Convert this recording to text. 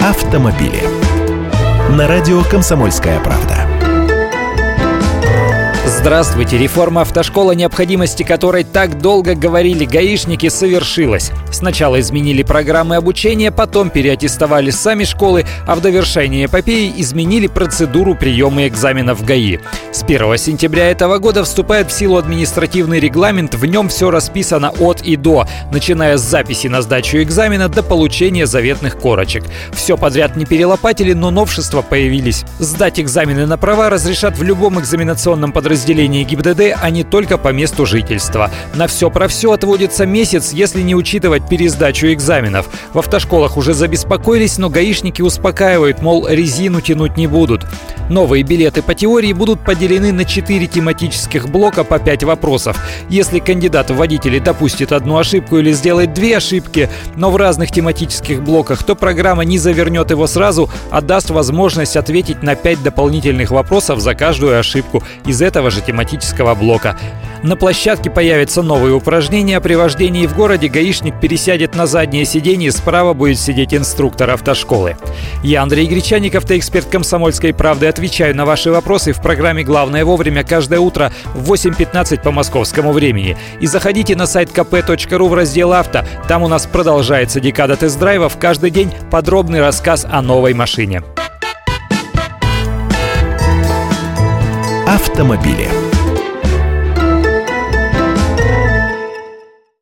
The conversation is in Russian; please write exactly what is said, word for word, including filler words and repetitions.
автомобили. На радио «Комсомольская правда». Здравствуйте! Реформа автошколы, о необходимости которой так долго говорили гаишники, совершилась. Сначала изменили программы обучения, потом переаттестовали сами школы, а в довершение эпопеи изменили процедуру приема экзаменов в ГАИ. С первого сентября этого года вступает в силу административный регламент, в нем все расписано от и до, начиная с записи на сдачу экзамена до получения заветных корочек. Все подряд не перелопатили, но новшества появились. Сдать экзамены на права разрешат в любом экзаменационном подразделении ГИБДД, а не только по месту жительства. На все про все отводится месяц, если не учитывать пересдачу экзаменов. В автошколах уже забеспокоились, но гаишники успокаивают, мол, резину тянуть не будут. Новые билеты по теории будут поделены на четыре тематических блока по пять вопросов. Если кандидат в водители допустит одну ошибку или сделает две ошибки, но в разных тематических блоках, то программа не завернет его сразу, а даст возможность ответить на пять дополнительных вопросов за каждую ошибку из этого же тематического блока. На площадке появятся новые упражнения. При вождении в городе гаишник пересядет на заднее сиденье, справа будет сидеть инструктор автошколы. Я, Андрей Гречанников, эксперт «Комсомольской правды», отвечаю на ваши вопросы в программе «Главное вовремя» каждое утро в восемь пятнадцать по московскому времени. И заходите на сайт ка пэ точка ру в раздел «Авто». Там у нас продолжается декада тест-драйвов. Каждый день подробный рассказ о новой машине. Автомобили.